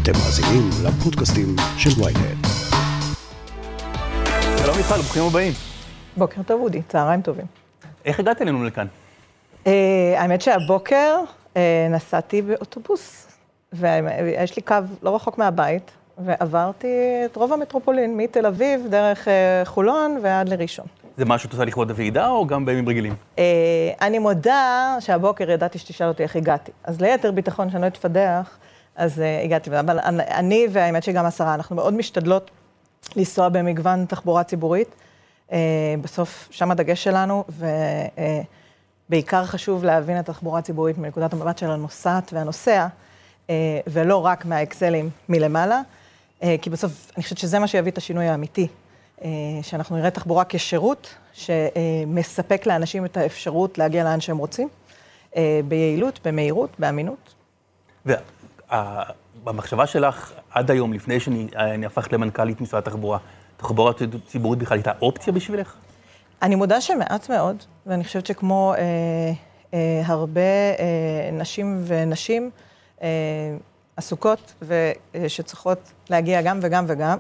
אתם מאזינים לפודקאסטים של ynet. שלום מיכל, ברוכים הבאים. בוקר טוב אודי, צהריים טובים. איך הגעת אלינו לכאן? האמת שהבוקר נסעתי באוטובוס, ויש לי קו לא רחוק מהבית, ועברתי את רוב המטרופולין, מתל אביב, דרך חולון ועד לראשון. זה משהו תעשה לכבוד הוועידה או גם בימים רגילים? אני מודה שהבוקר ידעתי שתשאל אותי איך הגעתי. אז ליתר ביטחון שאני לא אתפדח, אז הגעתי. אבל אני והאמת שגם השרה, אנחנו מאוד משתדלות לנסוע במגוון תחבורה ציבורית. בסוף שם הדגש שלנו, ובעיקר חשוב להבין את התחבורה הציבורית מנקודת המבט של הנוסעת והנוסע, ולא רק מהאקסלים מלמעלה, כי בסוף אני חושבת שזה מה שיביא את השינוי האמיתי, שאנחנו נראה תחבורה כשירות, שמספק לאנשים את האפשרות להגיע לאן שהם רוצים, ביעילות, במהירות, באמינות. ובמחשבה שלך, עד היום, לפני שאני הפכת למנכ"לית משרד התחבורה, תחבורה ציבורית בכלל הייתה אופציה בשבילך? אני מודה שמעט מאוד, ואני חושבת שכמו הרבה נשים ונשים עסוקות ושצריכות להגיע גם וגם וגם,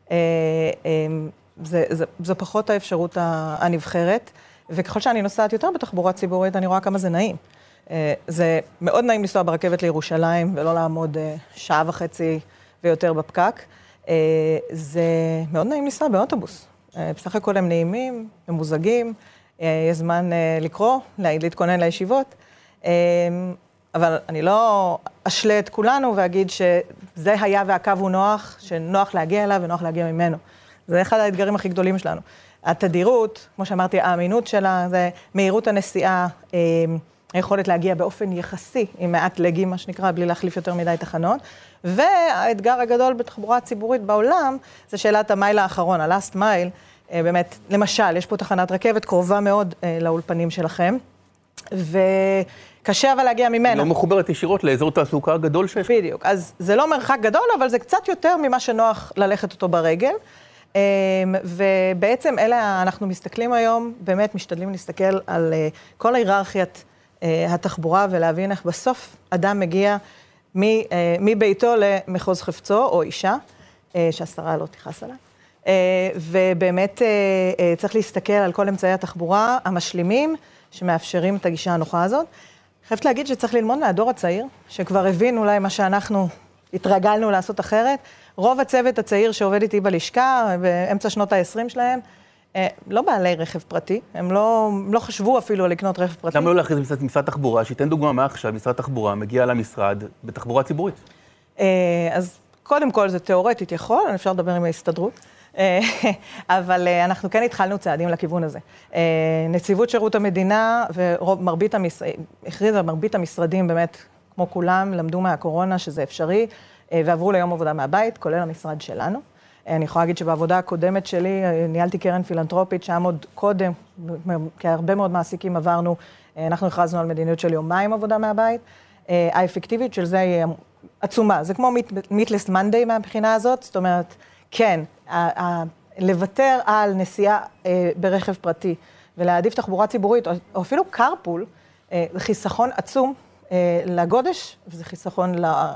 זו פחות האפשרות הנבחרת, וככל שאני נוסעת יותר בתחבורה ציבורית, אני רואה כמה זה נעים. זה מאוד נעים לנסוע ברכבת לירושלים, ולא לעמוד שעה וחצי ויותר בפקק. זה מאוד נעים לנסוע באוטובוס. בסך הכל הם נעימים, ממוזגים, יש זמן לקרוא, להתכונן לישיבות, אבל אני לא אשלה את כולנו ואגיד שזה היה והקו הוא נוח, שנוח להגיע אליו ונוח להגיע ממנו. זה אחד האתגרים הכי גדולים שלנו. התדירות, כמו שאמרתי, האמינות שלה, זה מהירות הנסיעה, היכולת להגיע באופן יחסי, עם מעט לגים, מה שנקרא, בלי להחליף יותר מדי תחנות. והאתגר הגדול בתחבורה הציבורית בעולם, זה שאלת המייל האחרון, ה-last mile, באמת, למשל, יש פה תחנת רכבת קרובה מאוד לאולפנים שלכם, וקשה אבל להגיע ממנה. לא מחוברת ישירות לאזור תעסוקה הגדול שיש. בדיוק, אז זה לא מרחק גדול, אבל זה קצת יותר ממה שנוח ללכת אותו ברגל, ובעצם אלה אנחנו מסתכלים היום, באמת משתדלים להסתכל על כל ההיררכיית התחבורה, ולהבין איך בסוף אדם מגיע מביתו למחוז חפצו, או אישה, שהשרה לא תכעס עליי, ובאמת צריך להסתכל על כל אמצעי התחבורה המשלימים, שמאפשרים את הגישה הנוחה הזאת. חייבת להגיד שצריך ללמוד מהדור הצעיר, שכבר הבין אולי מה שאנחנו התרגלנו לעשות אחרת. רוב הצוות הצעיר שעובד איתי בלשכה, באמצע שנות ה-20 שלהם, לא בעלי רכב פרטי, הם לא חשבו אפילו לקנות רכב פרטי. למה לא להכריז משרד תחבורה, שייתן דוגמה מה עכשיו, משרד תחבורה מגיע למשרד בתחבורה ציבורית? אז קודם כל זה תיאורטית יכול, אפשר לדבר עם ההסתדרות, אבל אנחנו כן התחלנו צעדים לכיוון הזה. נציבות שירות המדינה הכריזה מרבית המשרדים באמת, כמו כולם, למדו מהקורונה שזה אפשרי, ועברו ליום עבודה מהבית, כולל המשרד שלנו. אני יכולה להגיד שבעבודה הקודמת שלי, ניהלתי קרן פילנטרופית, שם עוד קודם, כי הרבה מאוד מעסיקים עברנו, אנחנו הכרזנו על מדיניות של יומיים עבודה מהבית. האפקטיביות של זה היא עצומה. זה כמו מיטלס מנדי מהבחינה הזאת, זאת אומרת, כן, לוותר על נסיעה ברכב פרטי, ולהעדיף תחבורה ציבורית, או אפילו קרפול, זה חיסכון עצום לגודש, וזה חיסכון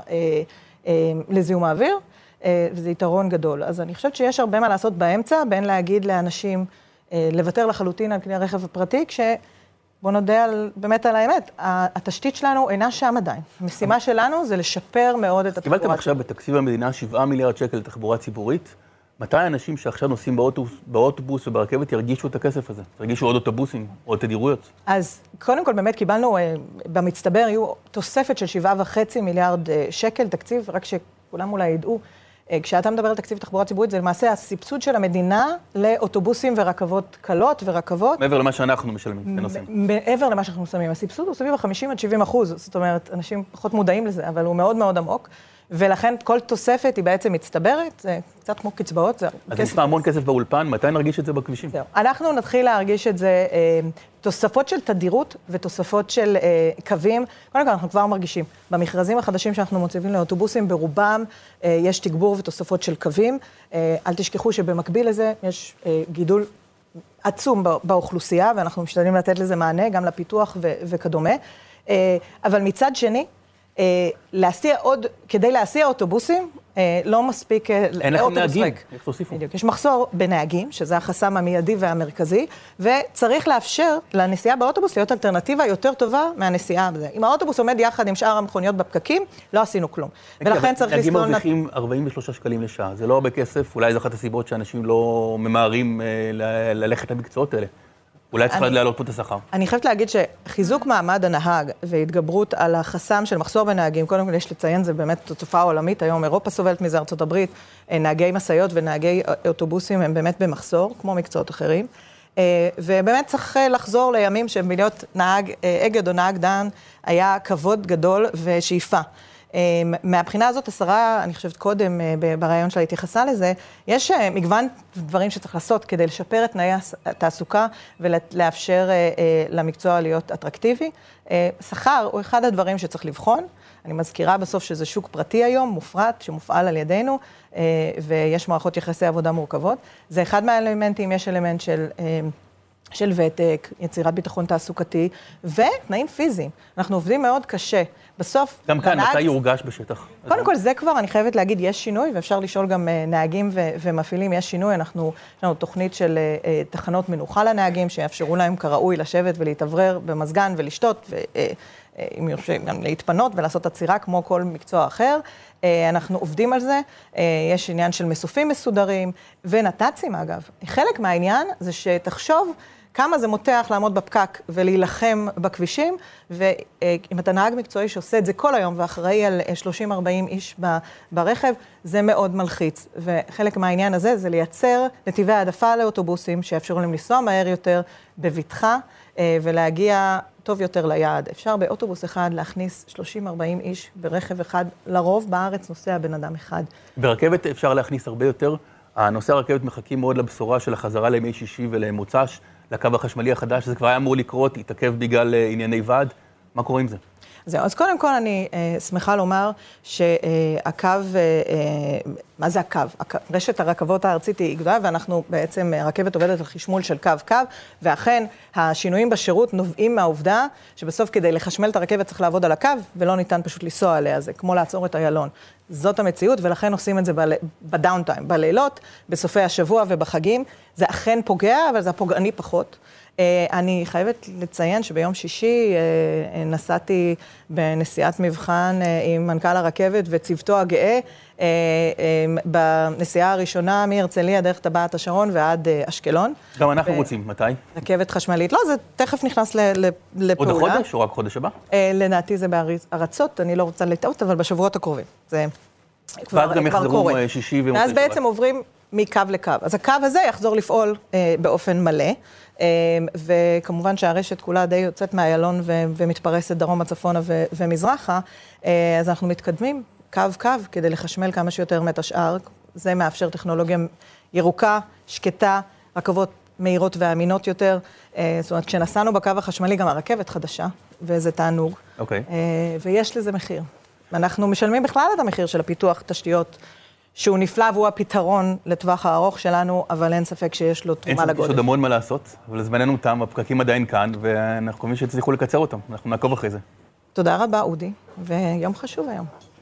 לזיהום האוויר, וזה יתרון גדול. אז אני חושבת שיש הרבה מה לעשות באמצע, בין להגיד לאנשים לוותר לחלוטין על כלי הרכב הפרטי, כשבוא נודה באמת על האמת, התשתית שלנו אינה שם עדיין. המשימה שלנו זה לשפר מאוד את התחבורה. קיבלתם עכשיו בתקציב המדינה 7 מיליארד שקל לתחבורה ציבורית. מתי האנשים שעכשיו נוסעים באוטובוס וברכבת ירגישו את הכסף הזה? ירגישו עוד אוטובוסים, עוד תדירויות? אז קודם כל באמת קיבלנו, במצטבר יהיו תוספת של 7.5 מיליארד שקל תקציב, רק שכולם אולי ידעו, כשאתה מדבר על תקציב תחבורה ציבורית, זה למעשה הסבסוד של המדינה לאוטובוסים ורכבות קלות ורכבות. מעבר למה שאנחנו משלמים, כנוסעים. מעבר למה שאנחנו שמים. הסבסוד הוא סביב 50-70%, זאת אומרת, אנשים פחות מודעים לזה, אבל הוא מאוד מאוד עמוק. ולכן כל תוספת היא בעצם מצטברת, זה קצת כמו קצבאות, זה אז נשמע המון כסף באולפן, מתי נרגיש את זה בכבישים? זהו. אנחנו נתחיל להרגיש את זה, תוספות של תדירות ותוספות של קווים, קודם כל אנחנו כבר מרגישים, במכרזים החדשים שאנחנו מוצאים לאוטובוסים, ברובם יש תגבור ותוספות של קווים, אל תשכחו שבמקביל לזה יש גידול עצום באוכלוסייה, ואנחנו משתדלים לתת לזה מענה, גם לפיתוח וכדומה, אבל מצד שני, כדי להסיע אוטובוסים, לא מספיק אין לכם נהגים, איך תוסיפו? יש מחסור בנהגים, שזה החסם המיידי והמרכזי, וצריך לאפשר לנסיעה באוטובוס להיות אלטרנטיבה יותר טובה מהנסיעה בזה. אם האוטובוס עומד יחד עם שאר המכוניות בפקקים, לא עשינו כלום. ולכן צריך נהגים מרוויחים 43 שקלים לשעה, זה לא הרבה כסף, אולי זו אחת הסיבות שאנשים לא ממהרים ללכת למקצועות האלה. אולי צריך להעלות פה את השכר. אני חייבת להגיד שחיזוק מעמד הנהג והתגברות על החסם של מחסור בנהגים, קודם כל יש לציין, זה באמת תופעה עולמית, היום אירופה סובלת מזה, ארצות הברית, נהגי משאיות ונהגי אוטובוסים הם באמת במחסור, כמו מקצועות אחרים, ובאמת צריך לחזור לימים שבלהיות נהג אגד או נהג דן, היה כבוד גדול ושאיפה. מהבחינה הזאת, השרה, אני חושבת קודם, ברעיון שלה התייחסה לזה, יש מגוון דברים שצריך לעשות כדי לשפר את תנאי התעסוקה ולאפשר למקצוע להיות אטרקטיבי. שכר הוא אחד הדברים שצריך לבחון. אני מזכירה בסוף שזה שוק פרטי היום, מופרט, שמופעל על ידינו, ויש מערכות יחסי עבודה מורכבות. זה אחד מהאלמנטים, יש אלמנט של ותק, יצירת ביטחון תעסוקתי, ותנאים פיזיים. אנחנו עובדים מאוד קשה. בסוף... גם כאן, מתי יורגש בשטח? קודם כל, זה כבר, אני חייבת להגיד, יש שינוי, ואפשר לשאול גם נהגים ומפעילים, יש שינוי. יש לנו תוכנית של תחנות מנוחה לנהגים, שיאפשרו להם כראוי לשבת ולהתאוורר במזגן ולשתות, אם יורשה גם להתפנות ולעשות עצירה כמו כל מקצוע אחר. אנחנו עובדים על זה, יש עניין של מסופים מסודרים, ונת"צים אגב. חלק מהעניין זה שתחשוב כמה זה מותח לעמוד בפקק ולהילחם בכבישים, ואם אתה נהג מקצועי שעושה את זה כל היום ואחראי על 30-40 איש ברכב, זה מאוד מלחיץ. וחלק מהעניין הזה זה לייצר נתיבי העדפה לאוטובוסים שיאפשרו להם לנסוע מהר יותר, בבטחה, ולהגיע טוב יותר ליעד. אפשר באוטובוס אחד להכניס 30-40 איש ברכב אחד, לרוב בארץ נוסע בן אדם אחד. ברכבת אפשר להכניס הרבה יותר. הנוסעי הרכבת מחכים מאוד לבשורה של החזרה לימי שישי ולמוצ"ש, לקו החשמלי החדש, זה כבר היה אמור לקרות, התעכב בגלל ענייני ועד. מה קורה עם זה? זהו, אז קודם כל אני שמחה לומר שהקו, מה זה הקו? רשת הרכבות הארצית היא גדולה, ואנחנו בעצם, הרכבת עובדת על חשמול של קו, ואכן השינויים בשירות נובעים מהעובדה שבסוף כדי לחשמל את הרכבת צריך לעבוד על הקו, ולא ניתן פשוט לנסוע עליה, זה כמו לעצור את איילון. זאת המציאות, ולכן עושים את זה בדאונטיים, בלילות, בסופי השבוע ובחגים. זה אכן פוגע, אבל זה פוגעני פחות. אני חייבת לציין שביום שישי נסעתי בנסיעת מבחן עם מנכ"ל הרכבת וצוותו הגאה, בנסיעה הראשונה מהרצליה דרך טבעת השרון ועד אשקלון. גם אנחנו רוצים, מתי? רכבת חשמלית. לא, זה תכף נכנס לפעולה. עוד החודש או רק חודש הבא? לדעתי זה בארצות, אני לא רוצה לטעות, אבל בשבועות הקרובים. זה ואז גם יחזרו שישי ומוצאי שבת. ואז בעצם עוברים מקו לקו. אז הקו הזה יחזור לפעול באופן מלא, וכמובן שהרשת כולה די יוצאת מהיילון ומתפרסת דרומה, צפונה ומזרחה, אז אנחנו מתקדמים קו כדי לחשמל כמה שיותר מת השאר. זה מאפשר טכנולוגיה ירוקה, שקטה, רכבות מהירות ואמינות יותר. זאת אומרת, כשנסענו בקו החשמלי גם הרכבת חדשה, וזה תענוג. אוקיי. ויש לזה מחיר. ואנחנו משלמים בכלל את המחיר של הפיתוח תשתיות, שהוא נפלא והוא הפתרון לטווח הארוך שלנו, אבל אין ספק שיש לו תרומה לגודל. יש עוד המון מה לעשות, אבל זמננו תם, הפקקים עדיין כאן, ואנחנו חושבים שצריכו לקצר אותם. אנחנו נעקוב אחרי זה. תודה רבה, אודי, ויום חשוב היום.